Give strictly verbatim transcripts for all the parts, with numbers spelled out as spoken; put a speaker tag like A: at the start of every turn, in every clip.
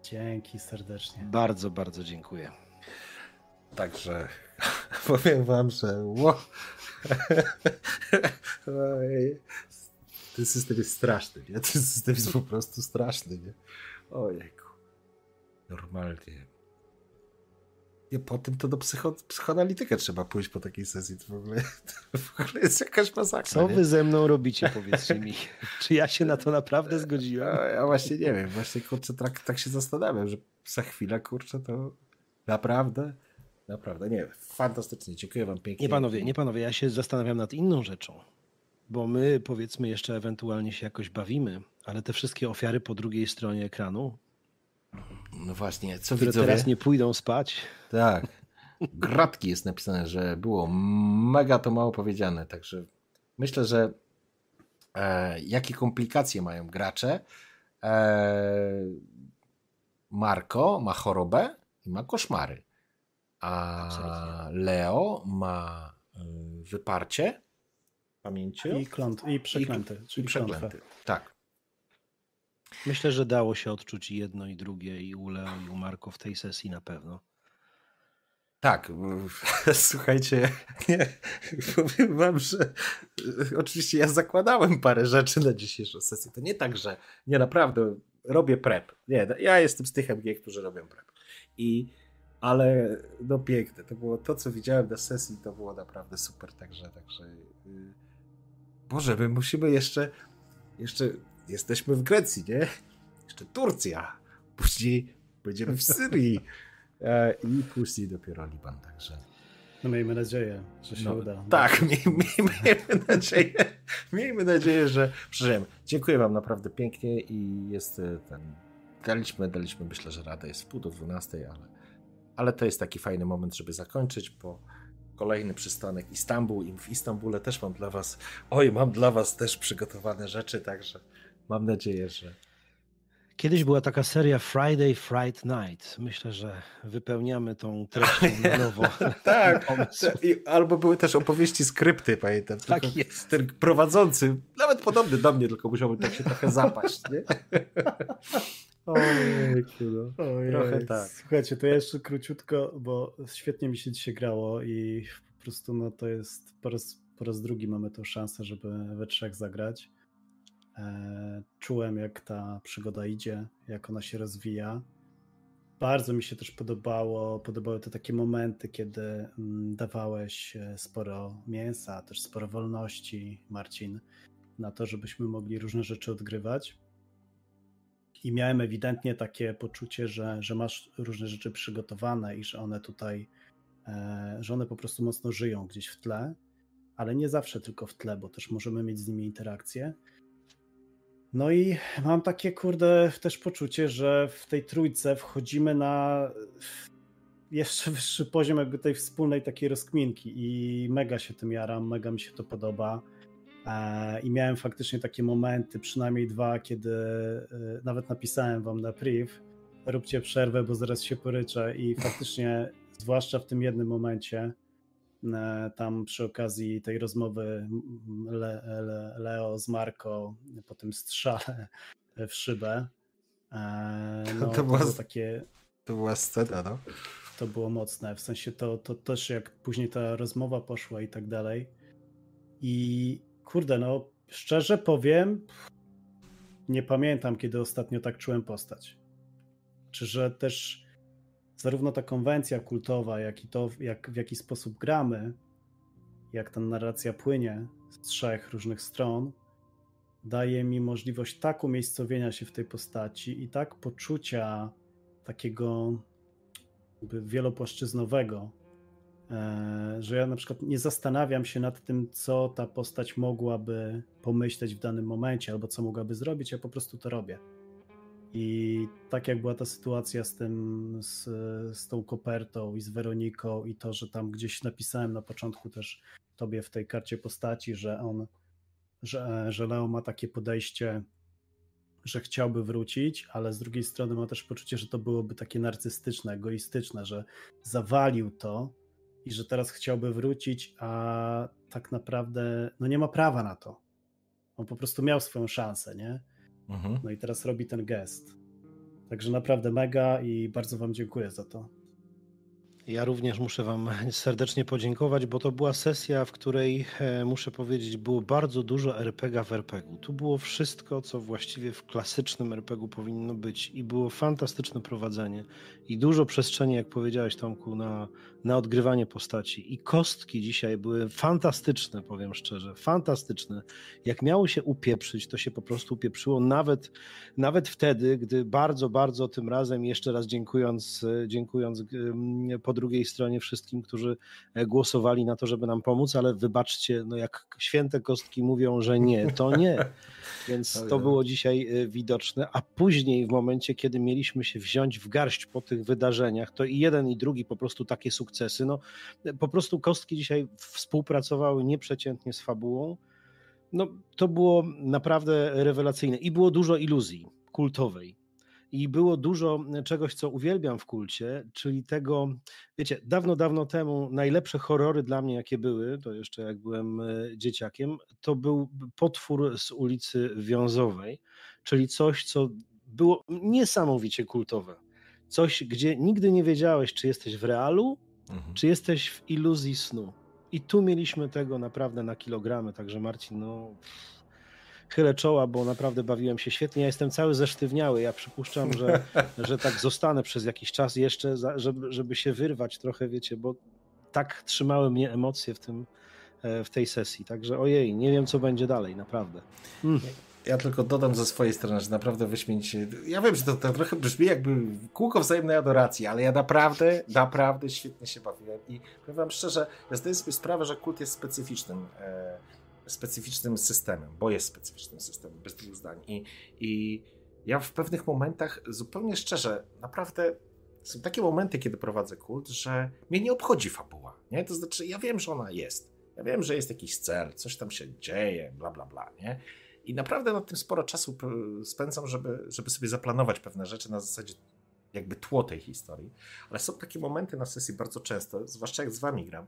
A: Dzięki serdecznie.
B: Bardzo, bardzo dziękuję.
C: Także powiem wam, że wow. Ten system jest straszny, nie? Ten system jest po prostu straszny, nie? Ojejku. Normalnie. Nie, po tym to do psycho, psychoanalityka trzeba pójść po takiej sesji. To w ogóle, to w ogóle jest jakaś masakra.
B: Co
C: nie?
B: wy ze mną robicie, powiedzcie mi? Czy ja się na to naprawdę zgodziłem?
C: Ja, ja właśnie nie wiem. Właśnie, kurczę, tak, tak się zastanawiam, że za chwilę, kurczę, to naprawdę, naprawdę, nie, fantastycznie. Dziękuję wam pięknie.
B: Nie panowie, nie panowie, ja się zastanawiam nad inną rzeczą. Bo my, powiedzmy, jeszcze ewentualnie się jakoś bawimy, ale te wszystkie ofiary po drugiej stronie ekranu,
C: No właśnie, co
B: które
C: widzowie?
B: teraz nie pójdą spać.
C: Tak. Gratki jest napisane, że było mega to mało powiedziane, także myślę, że e, jakie komplikacje mają gracze. E, Marco ma chorobę i ma koszmary, a
B: Absolutnie.
C: Leo ma y, wyparcie pamięci
A: I, kląt, i przeklęty.
C: i,
A: czyli
C: i przeklęty.
A: klątwę.
C: Tak.
B: Myślę, że dało się odczuć i jedno, i drugie, i u Leo, i u Marco w tej sesji na pewno.
C: Tak, słuchajcie, nie, powiem wam, że oczywiście ja zakładałem parę rzeczy na dzisiejszą sesję. To nie tak, że nie, naprawdę robię prep. Nie, ja jestem z tych M G, którzy robią prep. I, ale no piękne, to było to, co widziałem na sesji, to było naprawdę super, także, także yy, Boże, my musimy jeszcze, jeszcze jesteśmy w Grecji, nie? Jeszcze Turcja, później będziemy w Syrii. I później dopiero Liban, także...
A: No miejmy nadzieję, że się
C: no,
A: uda.
C: Tak, miej, miej, miejmy nadzieję, miejmy nadzieję, że przeżyjemy. Dziękuję wam naprawdę pięknie i jest ten... Daliśmy, daliśmy, myślę, że rada jest w pół do dwunastej, ale, ale to jest taki fajny moment, żeby zakończyć, bo kolejny przystanek Istanbul i w Istambule też mam dla was, oj, mam dla was też przygotowane rzeczy, także mam nadzieję, że
B: Kiedyś była taka seria Friday Fright Night. Myślę, że wypełniamy tą treścią na nowo.
C: Tak, i, albo były też opowieści, skrypty, pamiętam.
B: Tak
C: tylko
B: jest.
C: Ten prowadzący, nawet podobny do mnie, tylko musiałbym tak się trochę zapaść, nie? Ojejku, no.
A: Ojej.
C: Trochę tak.
A: Słuchajcie, to ja jeszcze króciutko, bo świetnie mi się dzisiaj grało i po prostu no to jest po raz, po raz drugi mamy tą szansę, żeby we trzech zagrać. Czułem, jak ta przygoda idzie, jak ona się rozwija. Bardzo mi się też podobało, podobały te takie momenty, kiedy dawałeś sporo mięsa, też sporo wolności, Marcin, na to, żebyśmy mogli różne rzeczy odgrywać. I miałem ewidentnie takie poczucie, że, że masz różne rzeczy przygotowane i że one tutaj, że one po prostu mocno żyją gdzieś w tle, ale nie zawsze tylko w tle, bo też możemy mieć z nimi interakcję. No i mam takie, kurde, też poczucie, że w tej trójce wchodzimy na jeszcze wyższy poziom jakby tej wspólnej takiej rozkminki i mega się tym jaram, mega mi się to podoba. I miałem faktycznie takie momenty, przynajmniej dwa, kiedy nawet napisałem wam na priv, róbcie przerwę, bo zaraz się poryczę i faktycznie, zwłaszcza w tym jednym momencie, tam przy okazji tej rozmowy Le, Le, Leo z Marco po tym strzale w szybę, no, to, to była, było takie...
C: To była scena, no.
A: To było mocne, w sensie to, to też jak później ta rozmowa poszła i tak dalej. I kurde, no szczerze powiem, nie pamiętam, kiedy ostatnio tak czułem postać. Czy że też zarówno ta konwencja kultowa, jak i to, jak, w jaki sposób gramy, jak ta narracja płynie z trzech różnych stron, daje mi możliwość tak umiejscowienia się w tej postaci i tak poczucia takiego jakby wielopłaszczyznowego, że ja na przykład nie zastanawiam się nad tym, co ta postać mogłaby pomyśleć w danym momencie, albo co mogłaby zrobić, ja po prostu to robię. I tak jak była ta sytuacja z tym, z, z tą kopertą i z Weroniką i to, że tam gdzieś napisałem na początku też tobie w tej karcie postaci, że on, że, że Leo ma takie podejście, że chciałby wrócić, ale z drugiej strony ma też poczucie, że to byłoby takie narcystyczne, egoistyczne, że zawalił to i że teraz chciałby wrócić, a tak naprawdę no nie ma prawa na to. On po prostu miał swoją szansę, nie?
C: Mhm.
A: No i teraz robi ten gest. Także naprawdę mega i bardzo wam dziękuję za to.
B: Ja również muszę wam serdecznie podziękować, bo to była sesja, w której, e, muszę powiedzieć, było bardzo dużo er pe ga w er pe gu. Tu było wszystko, co właściwie w klasycznym er pe gu powinno być i było fantastyczne prowadzenie i dużo przestrzeni, jak powiedziałeś, Tomku, na, na odgrywanie postaci. I kostki dzisiaj były fantastyczne, powiem szczerze, fantastyczne. Jak miało się upieprzyć, to się po prostu upieprzyło, nawet, nawet wtedy, gdy bardzo, bardzo tym razem, jeszcze raz dziękując, dziękując pod drugiej stronie wszystkim, którzy głosowali na to, żeby nam pomóc, ale wybaczcie, no jak święte kostki mówią, że nie, to nie. Więc to było dzisiaj widoczne, a później w momencie, kiedy mieliśmy się wziąć w garść po tych wydarzeniach, to i jeden i drugi po prostu takie sukcesy, no po prostu kostki dzisiaj współpracowały nieprzeciętnie z fabułą. No to było naprawdę rewelacyjne i było dużo iluzji kultowej. I było dużo czegoś, co uwielbiam w kulcie, czyli tego, wiecie, dawno, dawno temu najlepsze horrory dla mnie, jakie były, to jeszcze jak byłem dzieciakiem, to był Potwór z ulicy Wiązowej, czyli coś, co było niesamowicie kultowe. Coś, gdzie nigdy nie wiedziałeś, czy jesteś w realu, mhm. czy jesteś w iluzji snu. I tu mieliśmy tego naprawdę na kilogramy, także Marcin, no... chylę czoła, bo naprawdę bawiłem się świetnie. Ja jestem cały zesztywniały. Ja przypuszczam, że, że tak zostanę przez jakiś czas jeszcze, żeby, żeby się wyrwać trochę, wiecie, bo tak trzymały mnie emocje w tym, w tej sesji. Także ojej, nie wiem, co będzie dalej, naprawdę. Mm.
C: Ja tylko dodam ze swojej strony, że naprawdę wyśmienicie. Ja wiem, że to, to trochę brzmi jakby kółko wzajemnej adoracji, ale ja naprawdę, naprawdę świetnie się bawiłem i powiem wam szczerze, ja zdaję sobie sprawę, że kult jest specyficznym e, specyficznym systemem, bo jest specyficznym systemem, bez dwóch zdań. I, I ja w pewnych momentach, zupełnie szczerze, naprawdę są takie momenty, kiedy prowadzę kult, że mnie nie obchodzi fabuła. Nie? To znaczy, ja wiem, że ona jest. Ja wiem, że jest jakiś cel, coś tam się dzieje, bla, bla, bla. Nie? I naprawdę nad tym sporo czasu spędzam, żeby, żeby sobie zaplanować pewne rzeczy na zasadzie jakby tło tej historii. Ale są takie momenty na sesji bardzo często, zwłaszcza jak z wami gram,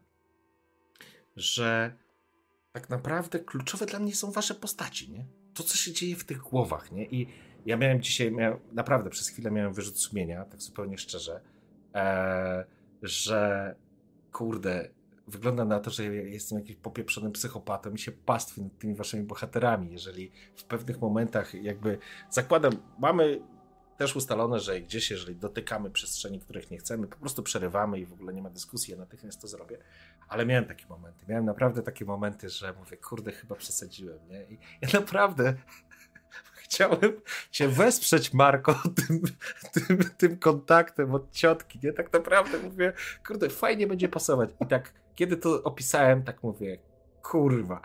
C: że tak naprawdę kluczowe dla mnie są wasze postaci, nie? To, co się dzieje w tych głowach, nie? I ja miałem dzisiaj, miałem, naprawdę przez chwilę miałem wyrzut sumienia, tak zupełnie szczerze, e, że kurde, wygląda na to, że ja jestem jakimś popieprzonym psychopatą i się pastwię nad tymi waszymi bohaterami, jeżeli w pewnych momentach jakby zakładam, mamy też ustalone, że gdzieś, jeżeli dotykamy przestrzeni, których nie chcemy, po prostu przerywamy i w ogóle nie ma dyskusji, ja natychmiast to zrobię. Ale miałem takie momenty, miałem naprawdę takie momenty, że mówię, kurde, chyba przesadziłem, nie? I ja naprawdę chciałem cię wesprzeć, Marko, tym, tym, tym kontaktem od ciotki, nie? Tak naprawdę mówię, kurde, fajnie będzie pasować. I tak, kiedy to opisałem, tak mówię, kurwa,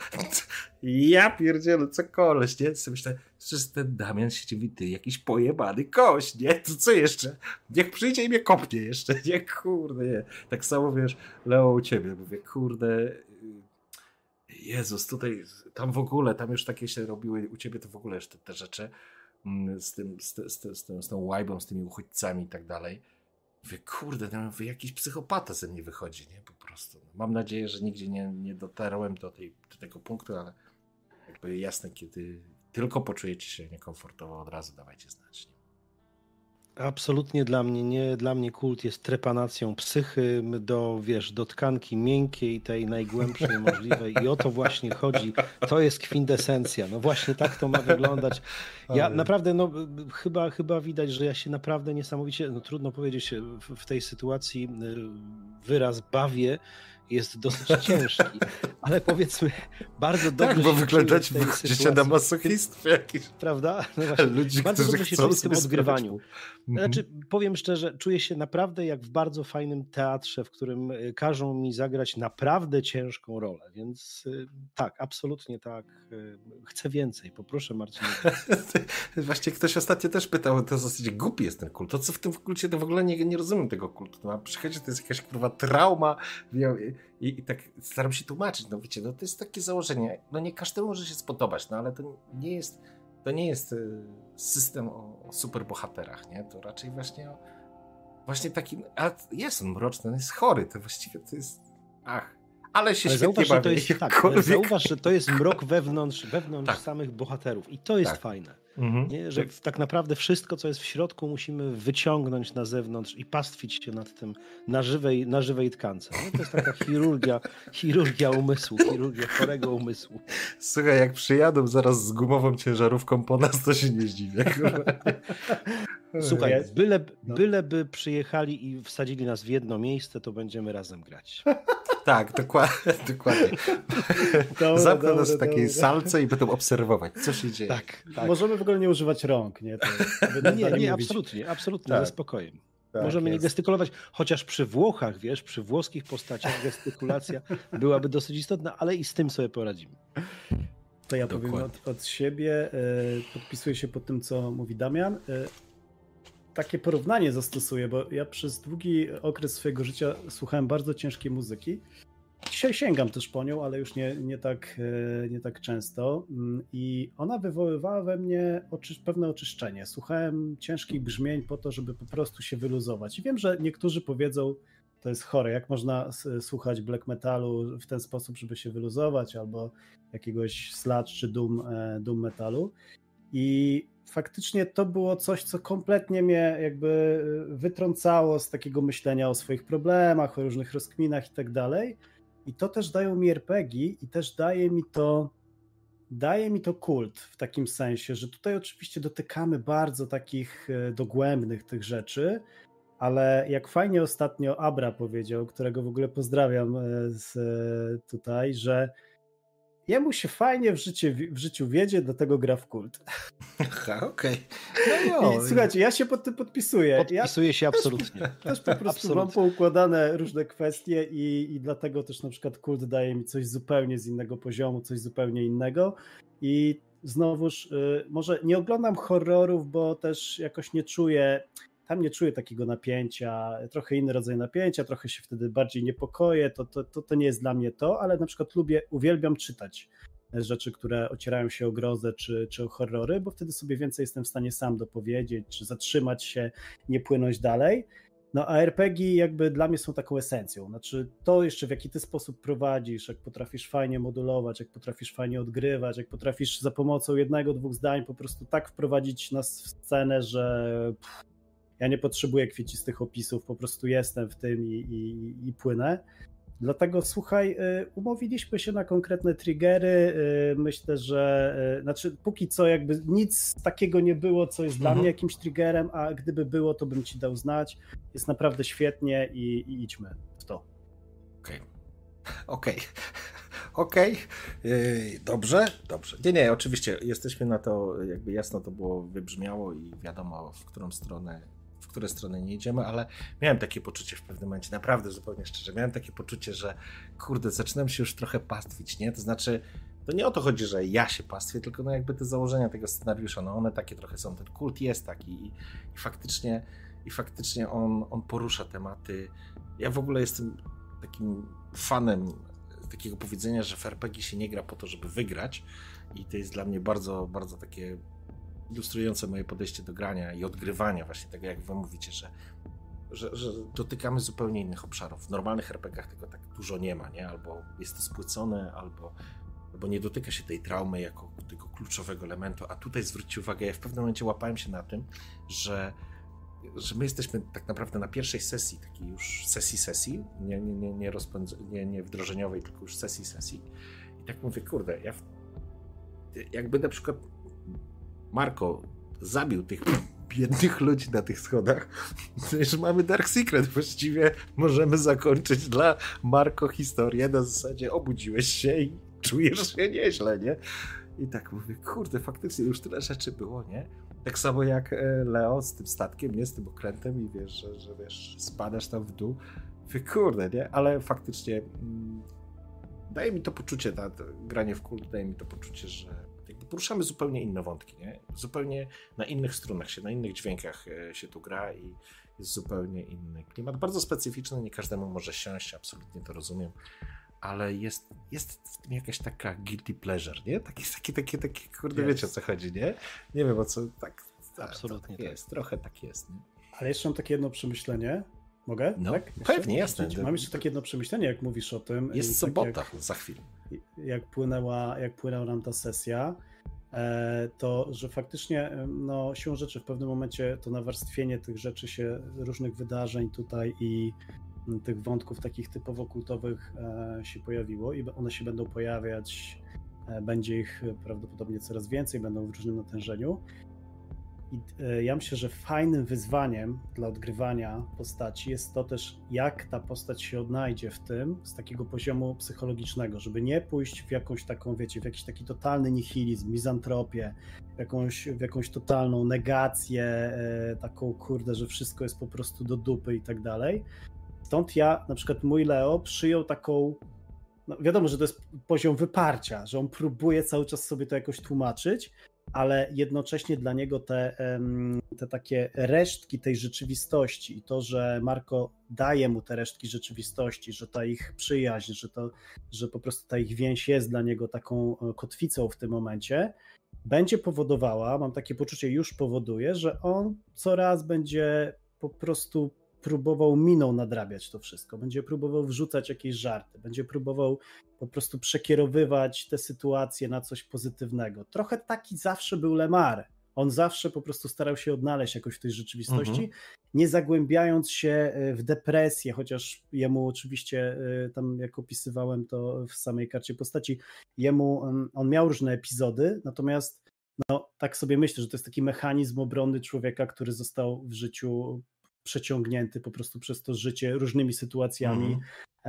C: ja pierdzielę, co koleś, nie? Co myślę, że ten Damian siedzi, ty jakiś pojebany kość, nie? To co jeszcze? Niech przyjdzie i mnie kopnie jeszcze, nie? Kurde, nie. Tak samo, wiesz, Leo, u ciebie, mówię, kurde, Jezus, tutaj, tam w ogóle, tam już takie się robiły, u ciebie to w ogóle jeszcze te rzeczy z tym, z, z, z, z, tym, z tą łajbą, z tymi uchodźcami i tak dalej. Mówię, kurde, no, mówię, jakiś psychopata ze mnie wychodzi, nie? Po prostu. No, mam nadzieję, że nigdzie nie, nie dotarłem do, tej, do tego punktu, ale jakby jasne, kiedy tylko poczujecie się niekomfortowo, od razu dawajcie znać. Nie?
B: Absolutnie dla mnie nie. Dla mnie kult jest trepanacją psychy do, wiesz, do tkanki miękkiej, tej najgłębszej możliwej i o to właśnie chodzi. To jest kwintesencja. No właśnie tak to ma wyglądać. Ja naprawdę, no chyba, chyba widać, że ja się naprawdę niesamowicie, no trudno powiedzieć w, w tej sytuacji, wyraz bawię jest dosyć ciężki, ale powiedzmy bardzo dobrze.
C: Tak, bo wyglądać wychodzicie na masochistów jakiś.
B: Prawda? No właśnie,
C: ludzi,
B: bardzo
C: którzy
B: dobrze się
C: chcą
B: czuję w tym odgrywaniu.
C: Mhm.
B: Znaczy, powiem szczerze, czuję się naprawdę jak w bardzo fajnym teatrze, w którym każą mi zagrać naprawdę ciężką rolę, więc tak, absolutnie tak. Chcę więcej, poproszę Marcin.
C: Właśnie ktoś ostatnio też pytał, to w zasadzie głupi jest ten kult. To co w tym kulcie, to w ogóle nie, nie rozumiem tego kultu. No, a przychodzi, to jest jakaś kurwa trauma i, i tak staram się tłumaczyć, no wiecie, no to jest takie założenie, no nie każdemu może się spodobać, no ale to nie jest, to nie jest system o, o superbohaterach, nie? To raczej właśnie o, właśnie taki, a jest on mroczny, on jest chory, to właściwie to jest, ach, ale się
B: ale
C: świetnie
B: zauważ,
C: bawi.
B: Że to jest, tak, ale zauważ, że to jest mrok wewnątrz, wewnątrz tak. samych bohaterów i to jest tak. fajne. Mhm. Nie? Że tak. tak naprawdę wszystko, co jest w środku, musimy wyciągnąć na zewnątrz i pastwić się nad tym na żywej, na żywej tkance. No to jest taka chirurgia, chirurgia umysłu, chirurgia chorego umysłu.
C: Słuchaj, jak przyjadą zaraz z gumową ciężarówką po nas, to się nie zdziwię.
B: Słuchaj, byle, byleby przyjechali i wsadzili nas w jedno miejsce, to będziemy razem grać.
C: Tak, dokładnie. dokładnie. Zamkną nas w takiej salce i będą obserwować, co się dzieje.
A: Tak, tak. Możemy w ogóle nie używać rąk, nie? To,
B: nie, nie, nie absolutnie, absolutnie, tak. Ze spokojem. Tak, Możemy jest. nie gestykulować, chociaż przy Włochach, wiesz, przy włoskich postaciach gestykulacja byłaby dosyć istotna, ale i z tym sobie poradzimy.
A: To ja Dokładnie. powiem od, od siebie, podpisuję się pod tym, co mówi Damian. Takie porównanie zastosuję, bo ja przez długi okres swojego życia słuchałem bardzo ciężkiej muzyki. Dzisiaj sięgam też po nią, ale już nie, nie, tak, nie tak często. I ona wywoływała we mnie oczy, pewne oczyszczenie. Słuchałem ciężkich brzmień po to, żeby po prostu się wyluzować. I wiem, że niektórzy powiedzą, to jest chore, jak można słuchać black metalu w ten sposób, żeby się wyluzować, albo jakiegoś sludge czy doom, doom metalu. I faktycznie to było coś, co kompletnie mnie jakby wytrącało z takiego myślenia o swoich problemach, o różnych rozkminach i tak dalej. I to też dają mi er pe gie i też daje mi to daje mi to kult w takim sensie, że tutaj oczywiście dotykamy bardzo takich dogłębnych tych rzeczy, ale jak fajnie ostatnio Abra powiedział, którego w ogóle pozdrawiam z tutaj, że jemu się fajnie w, życie, w życiu wiedzie, do tego gra w kult.
C: Aha, okej.
A: Okay. No słuchajcie, ja się pod tym podpisuję.
B: Podpisuję
A: ja
B: się absolutnie.
A: Też, też po prostu absolutnie. Mam poukładane różne kwestie i, i dlatego też na przykład kult daje mi coś zupełnie z innego poziomu, coś zupełnie innego i znowuż y, może nie oglądam horrorów, bo też jakoś nie czuję, tam nie czuję takiego napięcia, trochę inny rodzaj napięcia, trochę się wtedy bardziej niepokoję, to, to, to, to nie jest dla mnie to, ale na przykład lubię, uwielbiam czytać rzeczy, które ocierają się o grozę czy, czy o horrory, bo wtedy sobie więcej jestem w stanie sam dopowiedzieć, czy zatrzymać się, nie płynąć dalej. No a er pe gie jakby dla mnie są taką esencją, znaczy to jeszcze w jaki ty sposób prowadzisz, jak potrafisz fajnie modulować, jak potrafisz fajnie odgrywać, jak potrafisz za pomocą jednego, dwóch zdań po prostu tak wprowadzić nas w scenę, że pff, ja nie potrzebuję kwiecistych opisów, po prostu jestem w tym i, i, i płynę. Dlatego słuchaj, umówiliśmy się na konkretne triggery, myślę, że znaczy póki co jakby nic takiego nie było, co jest mhm. dla mnie jakimś triggerem, a gdyby było, to bym ci dał znać. Jest naprawdę świetnie i, i idźmy w to.
C: Okej, okej, okej, dobrze, dobrze. Nie, nie, oczywiście jesteśmy na to, jakby jasno to było, wybrzmiało i wiadomo, w którą stronę w które strony nie idziemy, ale miałem takie poczucie w pewnym momencie, naprawdę zupełnie szczerze, miałem takie poczucie, że kurde, zaczynam się już trochę pastwić, nie? To znaczy, to nie o to chodzi, że ja się pastwię, tylko no jakby te założenia tego scenariusza, no one takie trochę są, ten kult jest taki i, i faktycznie, i faktycznie on, on porusza tematy. Ja w ogóle jestem takim fanem takiego powiedzenia, że w er pe gie się nie gra po to, żeby wygrać i to jest dla mnie bardzo, bardzo takie ilustrujące moje podejście do grania i odgrywania, właśnie tego jak wy mówicie, że, że, że dotykamy zupełnie innych obszarów. W normalnych er pe gach tego tak dużo nie ma, nie? Albo jest to spłycone, albo, albo nie dotyka się tej traumy jako tego kluczowego elementu, a tutaj zwróćcie uwagę, ja w pewnym momencie łapałem się na tym, że, że my jesteśmy tak naprawdę na pierwszej sesji, takiej już sesji sesji, nie, nie, nie, nie, rozpędz- nie, nie wdrożeniowej, tylko już sesji sesji. I tak mówię, kurde, ja w, jakby na przykład Marko zabił tych biednych ludzi na tych schodach, to już mamy Dark Secret. Właściwie możemy zakończyć dla Marko historię na zasadzie obudziłeś się i czujesz się nieźle, nie? I tak mówię, kurde, faktycznie już tyle rzeczy było, nie? Tak samo jak Leo z tym statkiem, nie? Z tym okrętem i wiesz, że, że wiesz, spadasz tam w dół. Mówię, kurde, nie? Ale faktycznie mm, daje mi to poczucie, ta, ta granie w kult daje mi to poczucie, że poruszamy zupełnie inne wątki, nie? Zupełnie na innych strunach się, na innych dźwiękach się tu gra i jest zupełnie inny klimat. Bardzo specyficzny, nie każdemu może siąść, absolutnie to rozumiem, ale jest, jest w tym jakaś taka guilty pleasure, nie? Takie, takie, takie, takie kurde, jest. Wiecie o co chodzi, nie? Nie wiem o co, tak, absolutnie tak jest, tak. Trochę tak jest, nie?
A: Ale jeszcze mam takie jedno przemyślenie. Mogę?
C: No,
A: tak?
C: pewnie, jasne.
A: Mam jeszcze takie jedno przemyślenie, jak mówisz o tym.
C: Jest
A: tak
C: sobota
A: jak,
C: za chwilę.
A: Jak płynęła, jak płynęła nam ta sesja, to że faktycznie no, siłą rzeczy w pewnym momencie to nawarstwienie tych rzeczy się, różnych wydarzeń tutaj i tych wątków takich typowo kultowych się pojawiło i one się będą pojawiać, będzie ich prawdopodobnie coraz więcej, będą w różnym natężeniu. I ja myślę, że fajnym wyzwaniem dla odgrywania postaci jest to też, jak ta postać się odnajdzie w tym z takiego poziomu psychologicznego, żeby nie pójść w jakąś taką, wiecie, w jakiś taki totalny nihilizm, mizantropię, w jakąś, w jakąś totalną negację, taką kurde, że wszystko jest po prostu do dupy i tak dalej. Stąd ja, na przykład mój Leo przyjął taką, no wiadomo, że to jest poziom wyparcia, że on próbuje cały czas sobie to jakoś tłumaczyć, ale jednocześnie dla niego te, te takie resztki tej rzeczywistości i to, że Marco daje mu te resztki rzeczywistości, że ta ich przyjaźń, że, to, że po prostu ta ich więź jest dla niego taką kotwicą w tym momencie, będzie powodowała, mam takie poczucie, już powoduje, że on coraz będzie po prostu próbował miną nadrabiać to wszystko, będzie próbował wrzucać jakieś żarty, będzie próbował po prostu przekierowywać te sytuacje na coś pozytywnego. Trochę taki zawsze był Lemar. On zawsze po prostu starał się odnaleźć jakoś w tej rzeczywistości, mhm. nie zagłębiając się w depresję, chociaż jemu oczywiście, tam jak opisywałem to w samej karcie postaci, jemu, on miał różne epizody, natomiast no, tak sobie myślę, że to jest taki mechanizm obrony człowieka, który został w życiu przeciągnięty po prostu przez to życie różnymi sytuacjami mm.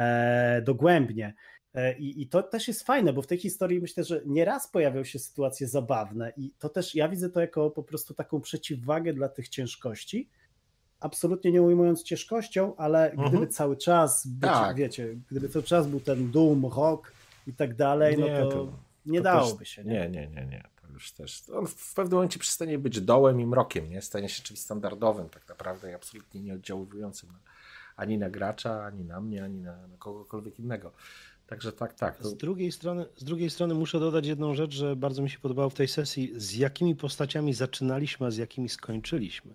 A: e, dogłębnie. E, i, I to też jest fajne, bo w tej historii myślę, że nieraz pojawiają się sytuacje zabawne i to też, ja widzę to jako po prostu taką przeciwwagę dla tych ciężkości, absolutnie nie ujmując ciężkością, ale mm-hmm. gdyby cały czas, być, tak. wiecie, gdyby cały czas był ten doom, rock i tak dalej, nie, no to, to nie to dałoby też, się. Nie?
C: nie, nie, nie, nie. Już też. On w pewnym momencie przestanie być dołem i mrokiem, nie? Stanie się czymś standardowym tak naprawdę i absolutnie nie oddziaływującym na, ani na gracza, ani na mnie, ani na, na kogokolwiek innego. Także tak, tak. To...
B: Z drugiej strony, z drugiej strony muszę dodać jedną rzecz, że bardzo mi się podobało w tej sesji, z jakimi postaciami zaczynaliśmy, a z jakimi skończyliśmy.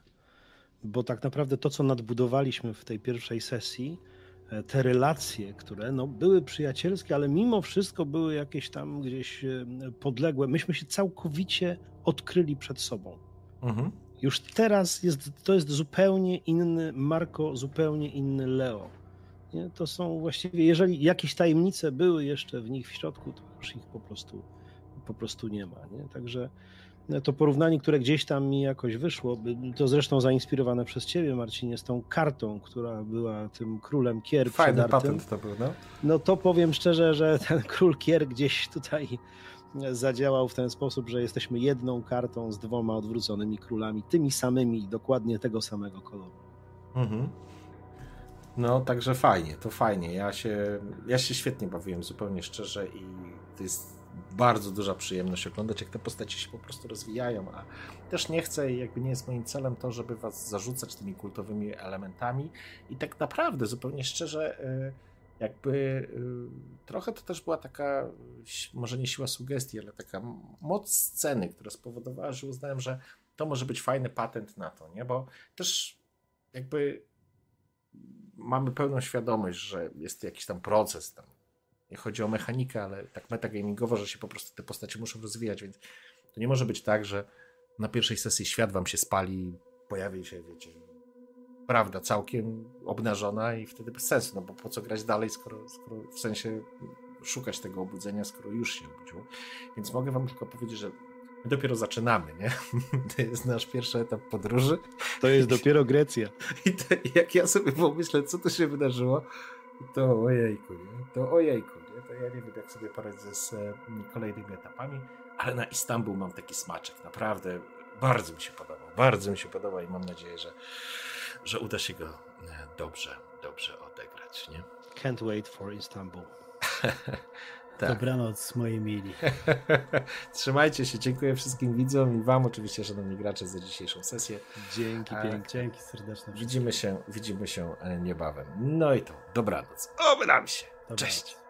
B: Bo tak naprawdę to, co nadbudowaliśmy w tej pierwszej sesji, te relacje, które no, były przyjacielskie, ale mimo wszystko były jakieś tam gdzieś podległe. Myśmy się całkowicie odkryli przed sobą. Mhm. Już teraz jest, to jest zupełnie inny Marco, zupełnie inny Leo. Nie? To są właściwie, jeżeli jakieś tajemnice były jeszcze w nich w środku, to już ich po prostu, po prostu nie ma. Nie? Także to porównanie, które gdzieś tam mi jakoś wyszło, to zresztą zainspirowane przez ciebie, Marcinie, z tą kartą, która była tym królem Kier
C: Fajny
B: przedartym.
C: patent to był, no?
B: No to powiem szczerze, że ten król Kier gdzieś tutaj zadziałał w ten sposób, że jesteśmy jedną kartą z dwoma odwróconymi królami, tymi samymi, dokładnie tego samego koloru.
C: Mhm. No, także fajnie, to fajnie. Ja się, ja się świetnie bawiłem, zupełnie szczerze i to jest bardzo duża przyjemność oglądać, jak te postacie się po prostu rozwijają, a też nie chcę, jakby nie jest moim celem to, żeby was zarzucać tymi kultowymi elementami i tak naprawdę, zupełnie szczerze, jakby trochę to też była taka, może nie siła sugestii, ale taka moc sceny, która spowodowała, że uznałem, że to może być fajny patent na to, nie? Bo też jakby mamy pełną świadomość, że jest jakiś tam proces tam. Nie chodzi o mechanikę, ale tak metagamingowo, że się po prostu te postacie muszą rozwijać, więc to nie może być tak, że na pierwszej sesji świat wam się spali, pojawi się, wiecie, prawda całkiem obnażona i wtedy bez sensu, no bo po co grać dalej, skoro, skoro w sensie szukać tego obudzenia, skoro już się obudziło. Więc mogę wam tylko powiedzieć, że my dopiero zaczynamy, nie? To jest nasz pierwszy etap podróży.
B: To jest dopiero Grecja.
C: I to, jak ja sobie pomyślę, co tu się wydarzyło, to ojejku, nie? To ojejku, nie? To ja nie wiem, jak sobie poradzę z e, kolejnymi etapami, ale na Istanbul mam taki smaczek, naprawdę bardzo mi się podobał, bardzo mi się podoba i mam nadzieję, że, że uda się go dobrze, dobrze odegrać, nie?
B: Can't wait for Istanbul.
A: Tak. Dobranoc, moi mili.
C: Trzymajcie się, dziękuję wszystkim widzom i wam oczywiście, szanowni gracze, za dzisiejszą sesję.
B: Dzięki, pięknie.
A: Dzięki serdeczne.
C: Widzimy się, widzimy się niebawem. No i to, dobranoc. Oby nam się. Dobranoc. Cześć.